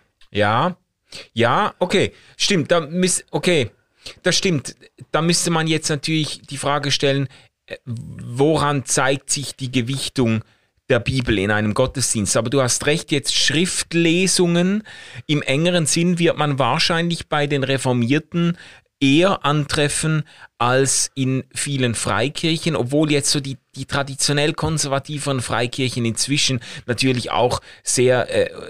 Ja, okay, stimmt. Das stimmt. Da müsste man jetzt natürlich die Frage stellen, woran zeigt sich die Gewichtung der Bibel in einem Gottesdienst? Aber du hast recht, jetzt Schriftlesungen im engeren Sinn wird man wahrscheinlich bei den Reformierten eher antreffen als in vielen Freikirchen, obwohl jetzt so die traditionell konservativen Freikirchen inzwischen natürlich auch sehr,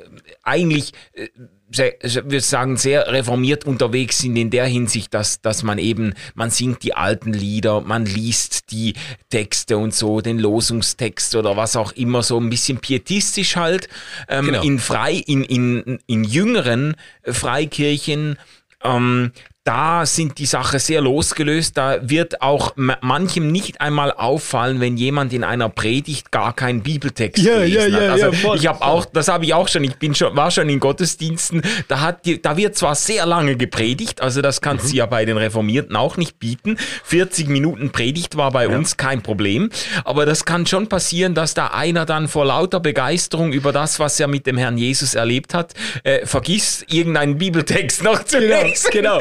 ich würde sagen, sehr reformiert unterwegs sind in der Hinsicht, dass man singt die alten Lieder, man liest die Texte und so, den Losungstext oder was auch immer, so ein bisschen pietistisch halt. Genau. In jüngeren Freikirchen da sind die Sachen sehr losgelöst. Da wird auch manchem nicht einmal auffallen, wenn jemand in einer Predigt gar keinen Bibeltext gelesen hat. Also ich habe auch, das habe ich auch schon. War schon in Gottesdiensten. Da wird zwar sehr lange gepredigt, also das kannst du ja bei den Reformierten auch nicht bieten. 40 Minuten Predigt war bei uns kein Problem. Aber das kann schon passieren, dass da einer dann vor lauter Begeisterung über das, was er mit dem Herrn Jesus erlebt hat, vergisst, irgendeinen Bibeltext noch zu lesen. Genau.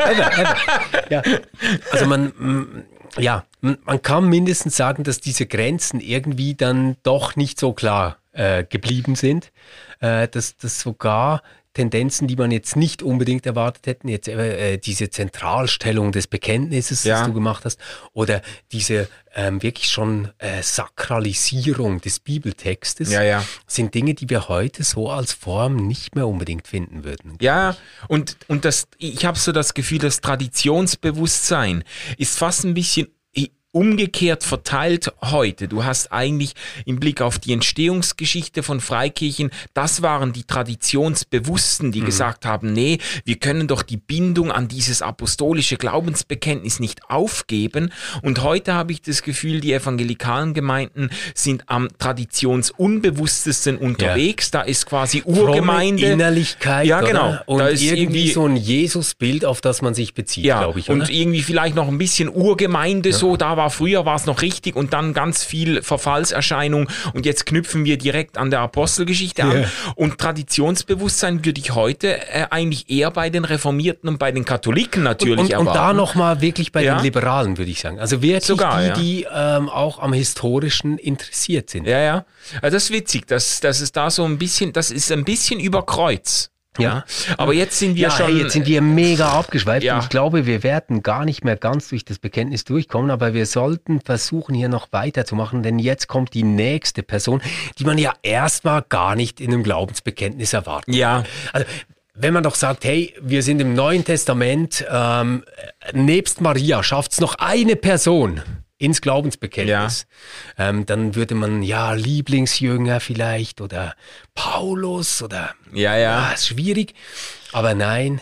Ja. Also man kann mindestens sagen, dass diese Grenzen irgendwie dann doch nicht so klar geblieben sind, dass sogar Tendenzen, die man jetzt nicht unbedingt erwartet hätten, jetzt diese Zentralstellung des Bekenntnisses, das du gemacht hast, oder diese wirklich schon Sakralisierung des Bibeltextes, sind Dinge, die wir heute so als Form nicht mehr unbedingt finden würden. Ja, und ich habe so das Gefühl, das Traditionsbewusstsein ist fast ein bisschen umgekehrt verteilt heute. Du hast eigentlich im Blick auf die Entstehungsgeschichte von Freikirchen, das waren die Traditionsbewussten, die gesagt haben, nee, wir können doch die Bindung an dieses apostolische Glaubensbekenntnis nicht aufgeben. Und heute habe ich das Gefühl, die evangelikalen Gemeinden sind am traditionsunbewusstesten unterwegs. Da ist quasi Urgemeinde. Fromme Innerlichkeit. Ja, genau. Oder? Und da ist irgendwie so ein Jesusbild, auf das man sich bezieht, glaube ich. Oder? Und irgendwie vielleicht noch ein bisschen Urgemeinde so, früher war es noch richtig und dann ganz viel Verfallserscheinung und jetzt knüpfen wir direkt an der Apostelgeschichte an. Und Traditionsbewusstsein würde ich heute eigentlich eher bei den Reformierten und bei den Katholiken natürlich erwarten. Und da nochmal wirklich bei den Liberalen, würde ich sagen. Also wirklich sogar, die auch am Historischen interessiert sind. Ja. Also das ist witzig, dass es da so ein bisschen, das ist ein bisschen über Kreuz. Ja, aber jetzt sind wir schon... jetzt sind wir mega abgeschweift. Und ich glaube, wir werden gar nicht mehr ganz durch das Bekenntnis durchkommen, aber wir sollten versuchen, hier noch weiterzumachen, denn jetzt kommt die nächste Person, die man ja erstmal gar nicht in einem Glaubensbekenntnis erwartet. Ja. Also, wenn man doch sagt, hey, wir sind im Neuen Testament, nebst Maria schafft's noch eine Person ins Glaubensbekenntnis, dann würde man Lieblingsjünger vielleicht oder Paulus oder ist schwierig. Aber nein,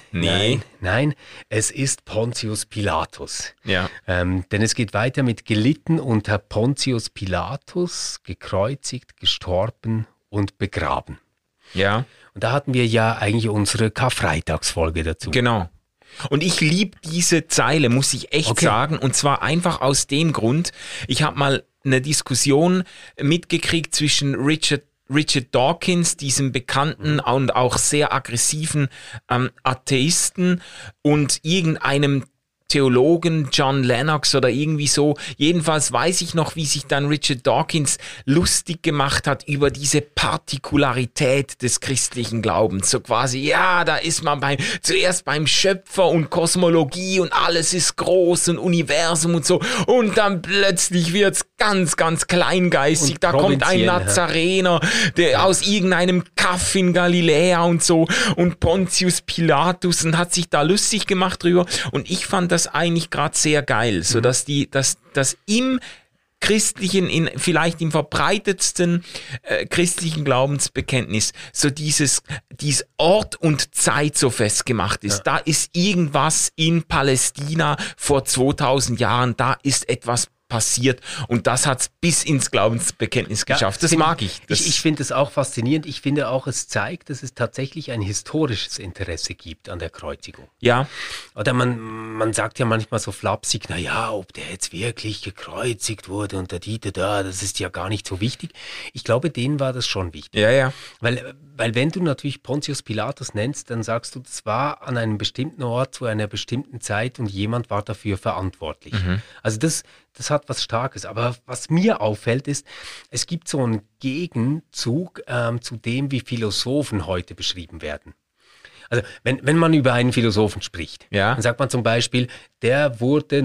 es ist Pontius Pilatus. Ja. Denn es geht weiter mit gelitten unter Pontius Pilatus, gekreuzigt, gestorben und begraben. Ja. Und da hatten wir ja eigentlich unsere Karfreitagsfolge dazu. Genau. Und ich liebe diese Zeile, muss ich echt sagen. Und zwar einfach aus dem Grund, ich habe mal eine Diskussion mitgekriegt zwischen Richard Dawkins, diesem bekannten und auch sehr aggressiven Atheisten, und irgendeinem Theologen, John Lennox oder irgendwie so. Jedenfalls weiß ich noch, wie sich dann Richard Dawkins lustig gemacht hat über diese Partikularität des christlichen Glaubens. So quasi, da ist man zuerst beim Schöpfer und Kosmologie und alles ist groß und Universum und so. Und dann plötzlich wird's ganz, ganz kleingeistig. Da kommt ein Nazarener, der aus irgendeinem Kaff in Galiläa und so, und Pontius Pilatus, und hat sich da lustig gemacht drüber. Und ich fand das eigentlich gerade sehr geil, so dass dass im christlichen, vielleicht im verbreitetsten christlichen Glaubensbekenntnis so dieses Ort und Zeit so festgemacht ist. Da ist irgendwas in Palästina vor 2000 Jahren, da ist etwas passiert, und das hat es bis ins Glaubensbekenntnis geschafft. Das mag ich. Ich finde es auch faszinierend. Ich finde auch, es zeigt, dass es tatsächlich ein historisches Interesse gibt an der Kreuzigung. Ja. Oder man sagt ja manchmal so flapsig, ob der jetzt wirklich gekreuzigt wurde und das ist ja gar nicht so wichtig. Ich glaube, denen war das schon wichtig. Ja. Weil wenn du natürlich Pontius Pilatus nennst, dann sagst du, das war an einem bestimmten Ort zu einer bestimmten Zeit und jemand war dafür verantwortlich. Also das hat was Starkes. Aber was mir auffällt ist, es gibt so einen Gegenzug zu dem, wie Philosophen heute beschrieben werden. Also wenn man über einen Philosophen spricht, dann sagt man zum Beispiel, der wurde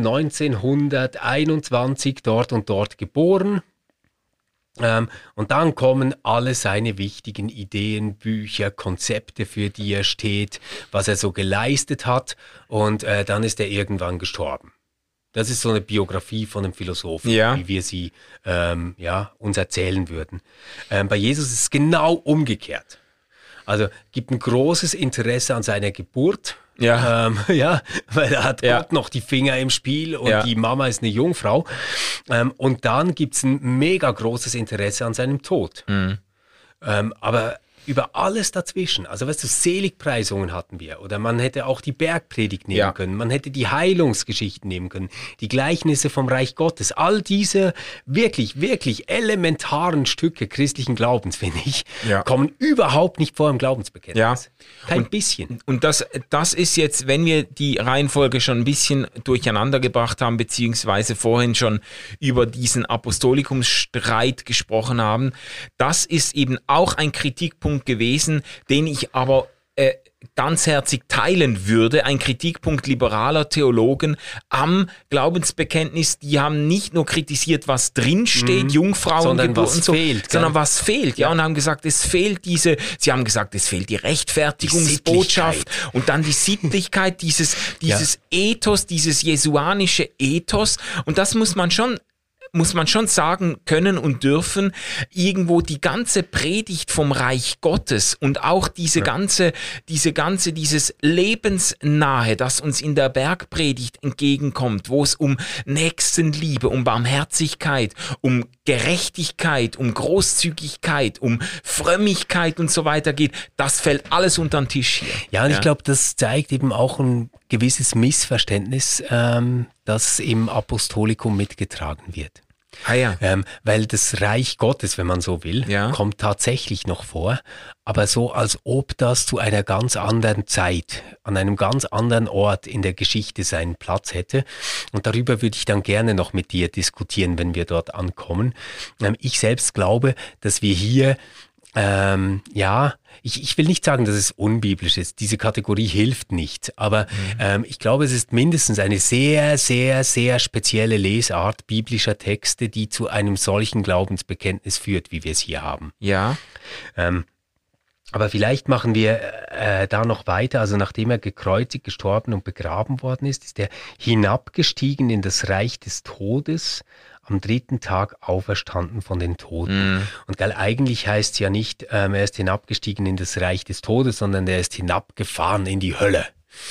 1921 dort und dort geboren. Und dann kommen alle seine wichtigen Ideen, Bücher, Konzepte, für die er steht, was er so geleistet hat, und dann ist er irgendwann gestorben. Das ist so eine Biografie von einem Philosophen, wie wir sie uns erzählen würden. Bei Jesus ist es genau umgekehrt. Also gibt ein großes Interesse an seiner Geburt. Ja. Weil da hat Gott noch die Finger im Spiel und die Mama ist eine Jungfrau. Und dann gibt's ein mega großes Interesse an seinem Tod. Aber über alles dazwischen, also weißt du, Seligpreisungen hatten wir, oder man hätte auch die Bergpredigt nehmen können, man hätte die Heilungsgeschichten nehmen können, die Gleichnisse vom Reich Gottes, all diese wirklich, wirklich elementaren Stücke christlichen Glaubens, finde ich, kommen überhaupt nicht vor im Glaubensbekenntnis. Ja. Kein bisschen. Und das ist jetzt, wenn wir die Reihenfolge schon ein bisschen durcheinander gebracht haben, beziehungsweise vorhin schon über diesen Apostolikumsstreit gesprochen haben, das ist eben auch ein Kritikpunkt gewesen, den ich aber ganzherzig teilen würde, ein Kritikpunkt liberaler Theologen am Glaubensbekenntnis. Die haben nicht nur kritisiert, was drinsteht, Jungfrauengeburt und so, fehlt, sondern was fehlt. Ja, und haben gesagt, es fehlt sie haben gesagt, es fehlt die Rechtfertigungsbotschaft und dann die Sittlichkeit, dieses Ethos, dieses jesuanische Ethos. Und das muss man schon sagen können und dürfen, irgendwo die ganze Predigt vom Reich Gottes und auch dieses Lebensnahe, das uns in der Bergpredigt entgegenkommt, wo es um Nächstenliebe, um Barmherzigkeit, um Gerechtigkeit, um Großzügigkeit, um Frömmigkeit und so weiter geht, das fällt alles unter den Tisch hier. Ja, und ich glaube, das zeigt eben auch ein gewisses Missverständnis, das im Apostolikum mitgetragen wird. Weil das Reich Gottes, wenn man so will, kommt tatsächlich noch vor, aber so, als ob das zu einer ganz anderen Zeit, an einem ganz anderen Ort in der Geschichte seinen Platz hätte. Und darüber würde ich dann gerne noch mit dir diskutieren, wenn wir dort ankommen. Ich selbst glaube, dass wir hier ich will nicht sagen, dass es unbiblisch ist. Diese Kategorie hilft nicht. Aber ich glaube, es ist mindestens eine sehr, sehr, sehr spezielle Lesart biblischer Texte, die zu einem solchen Glaubensbekenntnis führt, wie wir es hier haben. Ja. Aber vielleicht machen wir da noch weiter. Also nachdem er gekreuzigt, gestorben und begraben worden ist, ist er hinabgestiegen in das Reich des Todes, am 3. Tag auferstanden von den Toten. Und eigentlich heißt es ja nicht, er ist hinabgestiegen in das Reich des Todes, sondern er ist hinabgefahren in die Hölle.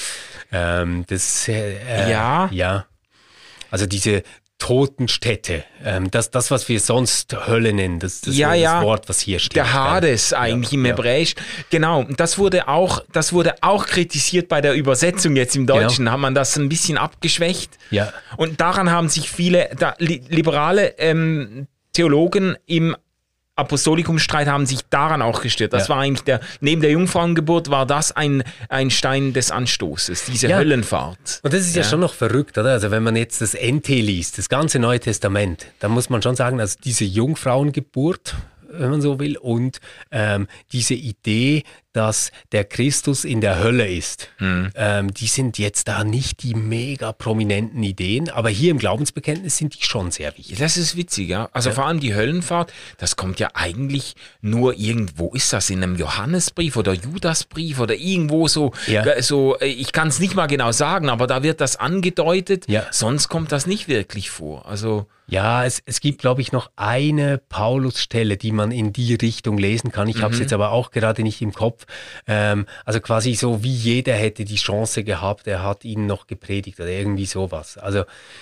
Also diese Totenstätte, das, was wir sonst Hölle nennen, das ist das Wort, was hier steht. Der Hades eigentlich im Hebräisch. Genau, das wurde auch kritisiert bei der Übersetzung jetzt im Deutschen, haben man das ein bisschen abgeschwächt. Ja. Und daran haben sich viele liberale Theologen im Apostolikumsstreit haben sich daran auch gestört. Das war eigentlich neben der Jungfrauengeburt war das ein Stein des Anstoßes, diese Höllenfahrt. Und das ist ja schon noch verrückt, oder? Also wenn man jetzt das NT liest, das ganze Neue Testament, dann muss man schon sagen, also diese Jungfrauengeburt, wenn man so will, und diese Idee, dass der Christus in der Hölle ist, die sind jetzt da nicht die mega prominenten Ideen, aber hier im Glaubensbekenntnis sind die schon sehr wichtig. Das ist witzig, ja. Also vor allem die Höllenfahrt, das kommt ja eigentlich nur irgendwo, ist das in einem Johannesbrief oder Judasbrief oder irgendwo so, ich kann es nicht mal genau sagen, aber da wird das angedeutet, sonst kommt das nicht wirklich vor. Also ja, es gibt, glaube ich, noch eine Paulus-Stelle, die man in die Richtung lesen kann. Ich habe es jetzt aber auch gerade nicht im Kopf. Also quasi so, wie jeder hätte die Chance gehabt, er hat ihnen noch gepredigt oder irgendwie sowas. Also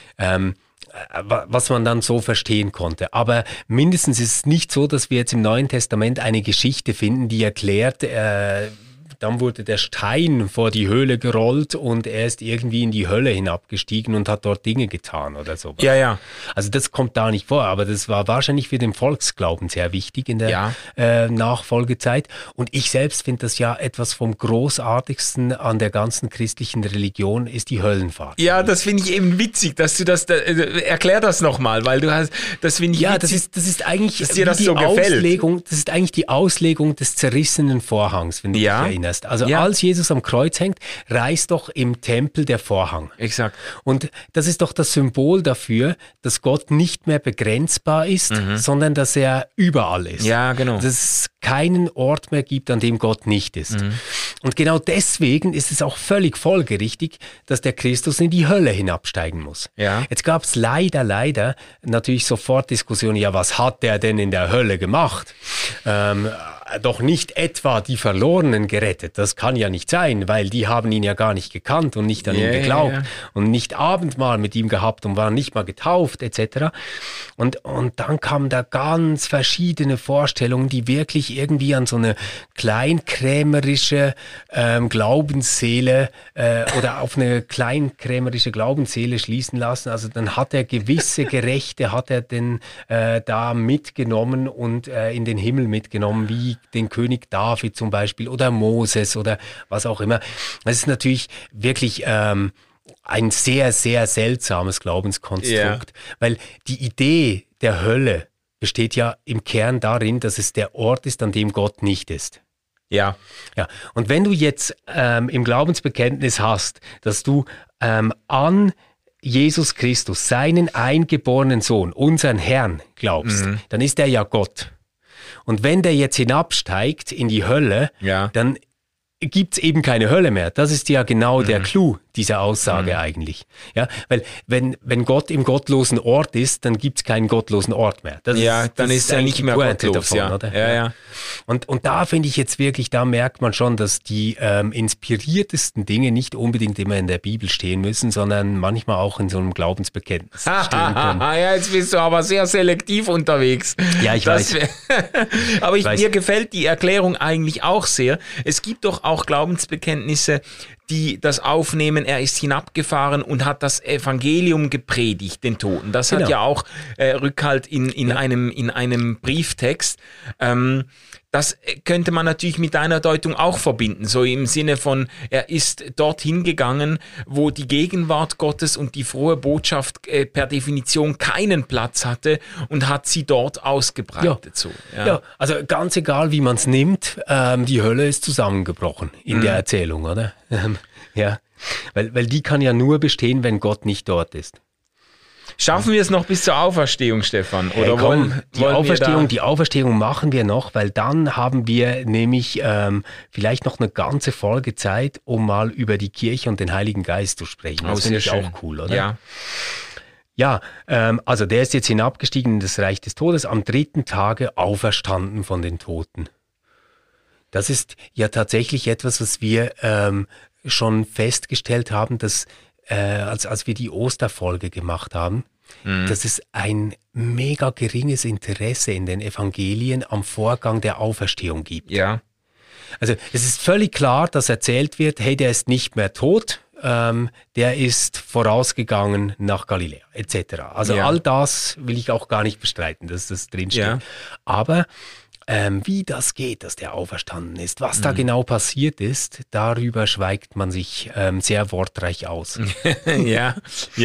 was man dann so verstehen konnte. Aber mindestens ist es nicht so, dass wir jetzt im Neuen Testament eine Geschichte finden, die erklärt, dann wurde der Stein vor die Höhle gerollt und er ist irgendwie in die Hölle hinabgestiegen und hat dort Dinge getan oder so. Ja. Also das kommt da nicht vor, aber das war wahrscheinlich für den Volksglauben sehr wichtig in der Nachfolgezeit. Und ich selbst finde das ja etwas vom Großartigsten an der ganzen christlichen Religion ist die Höllenfahrt. Ja, das finde ich eben witzig, dass du das, erklär das nochmal, weil du hast, das finde ich witzig. Das ist eigentlich dass dir das so Auslegung, das ist eigentlich die Auslegung des zerrissenen Vorhangs, wenn du dich erinnerst. Also als Jesus am Kreuz hängt, reißt doch im Tempel der Vorhang. Exakt. Und das ist doch das Symbol dafür, dass Gott nicht mehr begrenzbar ist, sondern dass er überall ist. Ja, genau. Dass es keinen Ort mehr gibt, an dem Gott nicht ist. Und genau deswegen ist es auch völlig folgerichtig, dass der Christus in die Hölle hinabsteigen muss. Ja. Jetzt gab es leider natürlich sofort Diskussionen, ja, was hat der denn in der Hölle gemacht? doch nicht etwa die Verlorenen gerettet. Das kann ja nicht sein, weil die haben ihn ja gar nicht gekannt und nicht an ihn geglaubt und nicht Abendmahl mit ihm gehabt und waren nicht mal getauft etc. Und dann kamen da ganz verschiedene Vorstellungen, die wirklich irgendwie an so eine kleinkrämerische Glaubensseele oder auf eine kleinkrämerische Glaubensseele schließen lassen. Also dann hat er gewisse Gerechte, hat er denn da mitgenommen und in den Himmel mitgenommen, wie den König David zum Beispiel oder Moses oder was auch immer. Das ist natürlich wirklich ein sehr, sehr seltsames Glaubenskonstrukt, weil die Idee der Hölle besteht ja im Kern darin, dass es der Ort ist, an dem Gott nicht ist. Ja. Und wenn du jetzt im Glaubensbekenntnis hast, dass du an Jesus Christus, seinen eingeborenen Sohn, unseren Herrn, glaubst, dann ist er ja Gott. Und wenn der jetzt hinabsteigt in die Hölle, dann gibt es eben keine Hölle mehr. Das ist ja genau der Clou dieser Aussage eigentlich. Ja, weil wenn Gott im gottlosen Ort ist, dann gibt es keinen gottlosen Ort mehr. Dann ist er nicht mehr gottlos. Davon, oder? Und da finde ich jetzt wirklich, da merkt man schon, dass die inspiriertesten Dinge nicht unbedingt immer in der Bibel stehen müssen, sondern manchmal auch in so einem Glaubensbekenntnis stehen können. Jetzt bist du aber sehr selektiv unterwegs. Ja, ich weiß. Aber mir gefällt die Erklärung eigentlich auch sehr. Es gibt doch auch Glaubensbekenntnisse, die das aufnehmen, er ist hinabgefahren und hat das Evangelium gepredigt, den Toten. Das hat ja auch Rückhalt in einem Brieftext. Das könnte man natürlich mit einer Deutung auch verbinden, so im Sinne von, er ist dorthin gegangen, wo die Gegenwart Gottes und die frohe Botschaft per Definition keinen Platz hatte und hat sie dort ausgebreitet. Ja, also ganz egal, wie man es nimmt, die Hölle ist zusammengebrochen in der Erzählung, oder? Weil die kann ja nur bestehen, wenn Gott nicht dort ist. Schaffen wir es noch bis zur Auferstehung, Stefan? Oder die Auferstehung machen wir noch, weil dann haben wir nämlich vielleicht noch eine ganze Folge Zeit, um mal über die Kirche und den Heiligen Geist zu sprechen. Das finde ich auch cool, oder? Ja, also der ist jetzt hinabgestiegen in das Reich des Todes, am 3. Tage auferstanden von den Toten. Das ist ja tatsächlich etwas, was wir schon festgestellt haben, dass als wir die Osterfolge gemacht haben, dass es ein mega geringes Interesse in den Evangelien am Vorgang der Auferstehung gibt. Ja. Also es ist völlig klar, dass erzählt wird, hey, der ist nicht mehr tot, der ist vorausgegangen nach Galiläa, etc. Also all das will ich auch gar nicht bestreiten, dass das drinsteht. Ja. Aber wie das geht, dass der auferstanden ist, was da genau passiert ist, darüber schweigt man sich sehr wortreich aus. Ja.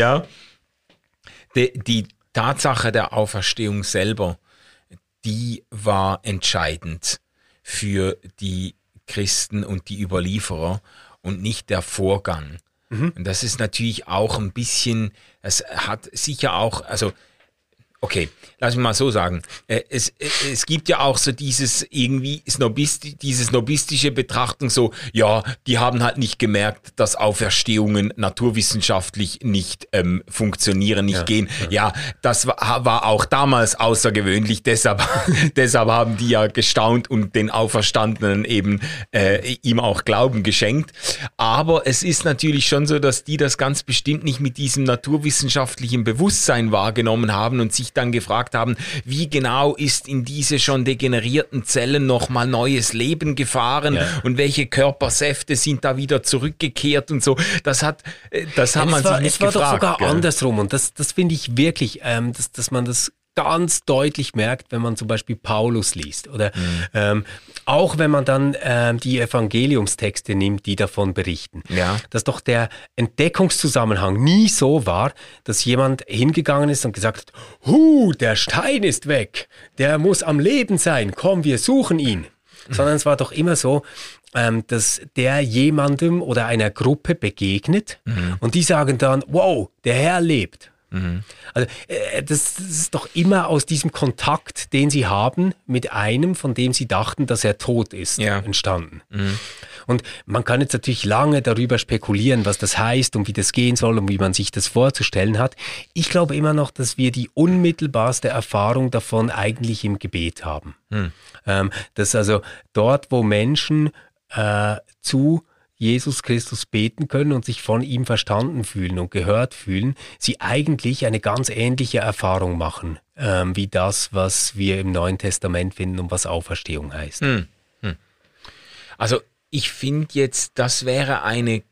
Die Tatsache der Auferstehung selber, die war entscheidend für die Christen und die Überlieferer und nicht der Vorgang. Und das ist natürlich auch ein bisschen, es hat sicher auch, also okay, lass mich mal so sagen. Es gibt ja auch so dieses irgendwie diese snobistische Betrachtung so, ja, die haben halt nicht gemerkt, dass Auferstehungen naturwissenschaftlich nicht funktionieren, nicht gehen. Ja, das war auch damals außergewöhnlich, deshalb haben die ja gestaunt und den Auferstandenen eben ihm auch Glauben geschenkt. Aber es ist natürlich schon so, dass die das ganz bestimmt nicht mit diesem naturwissenschaftlichen Bewusstsein wahrgenommen haben und sich dann gefragt haben, wie genau ist in diese schon degenerierten Zellen nochmal neues Leben gefahren und welche Körpersäfte sind da wieder zurückgekehrt und so. Das hat man sich nicht gefragt. Es war doch sogar andersrum und das finde ich wirklich, dass man das ganz deutlich merkt, wenn man zum Beispiel Paulus liest oder auch wenn man dann die Evangeliumstexte nimmt, die davon berichten, dass doch der Entdeckungszusammenhang nie so war, dass jemand hingegangen ist und gesagt hat, der Stein ist weg, der muss am Leben sein, komm, wir suchen ihn. Sondern es war doch immer so, dass der jemandem oder einer Gruppe begegnet und die sagen dann, wow, der Herr lebt. Also das ist doch immer aus diesem Kontakt, den sie haben mit einem, von dem sie dachten, dass er tot ist, entstanden. Und man kann jetzt natürlich lange darüber spekulieren, was das heißt und wie das gehen soll und wie man sich das vorzustellen hat. Ich glaube immer noch, dass wir die unmittelbarste Erfahrung davon eigentlich im Gebet haben. Dass also dort, wo Menschen zu Jesus Christus beten können und sich von ihm verstanden fühlen und gehört fühlen, sie eigentlich eine ganz ähnliche Erfahrung machen, wie das, was wir im Neuen Testament finden und was Auferstehung heißt. Also ich finde jetzt, das wäre ein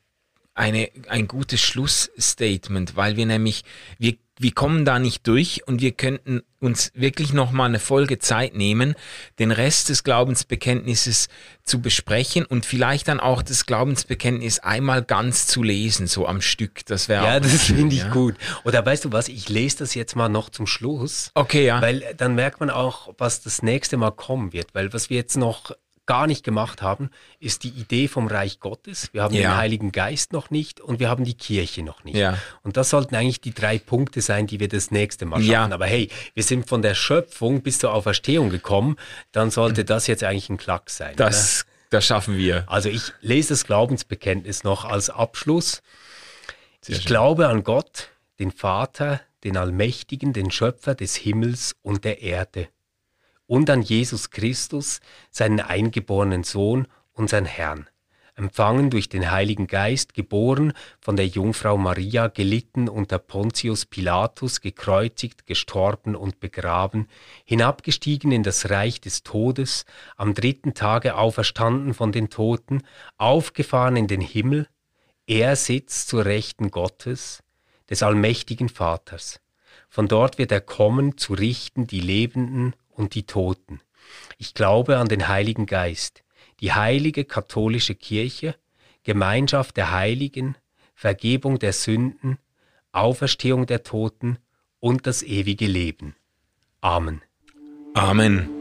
gutes Schlussstatement, weil wir nämlich, wir kommen da nicht durch und wir könnten uns wirklich nochmal eine Folge Zeit nehmen, den Rest des Glaubensbekenntnisses zu besprechen und vielleicht dann auch das Glaubensbekenntnis einmal ganz zu lesen, so am Stück. Das wäre ja, das finde ich gut. Oder weißt du was, ich lese das jetzt mal noch zum Schluss. Okay, ja. Weil dann merkt man auch, was das nächste Mal kommen wird. Weil was wir jetzt noch gar nicht gemacht haben, ist die Idee vom Reich Gottes. Wir haben den Heiligen Geist noch nicht und wir haben die Kirche noch nicht. Ja. Und das sollten eigentlich die 3 Punkte sein, die wir das nächste Mal schaffen. Ja. Aber hey, wir sind von der Schöpfung bis zur Auferstehung gekommen, dann sollte das jetzt eigentlich ein Klacks sein. Das schaffen wir. Also ich lese das Glaubensbekenntnis noch als Abschluss. Ich glaube an Gott, den Vater, den Allmächtigen, den Schöpfer des Himmels und der Erde. Und an Jesus Christus, seinen eingeborenen Sohn, unseren Herrn, empfangen durch den Heiligen Geist, geboren von der Jungfrau Maria, gelitten unter Pontius Pilatus, gekreuzigt, gestorben und begraben, hinabgestiegen in das Reich des Todes, am 3. Tage auferstanden von den Toten, aufgefahren in den Himmel, er sitzt zur Rechten Gottes, des allmächtigen Vaters. Von dort wird er kommen, zu richten die Lebenden und die Toten. Ich glaube an den Heiligen Geist, die heilige katholische Kirche, Gemeinschaft der Heiligen, Vergebung der Sünden, Auferstehung der Toten und das ewige Leben. Amen. Amen.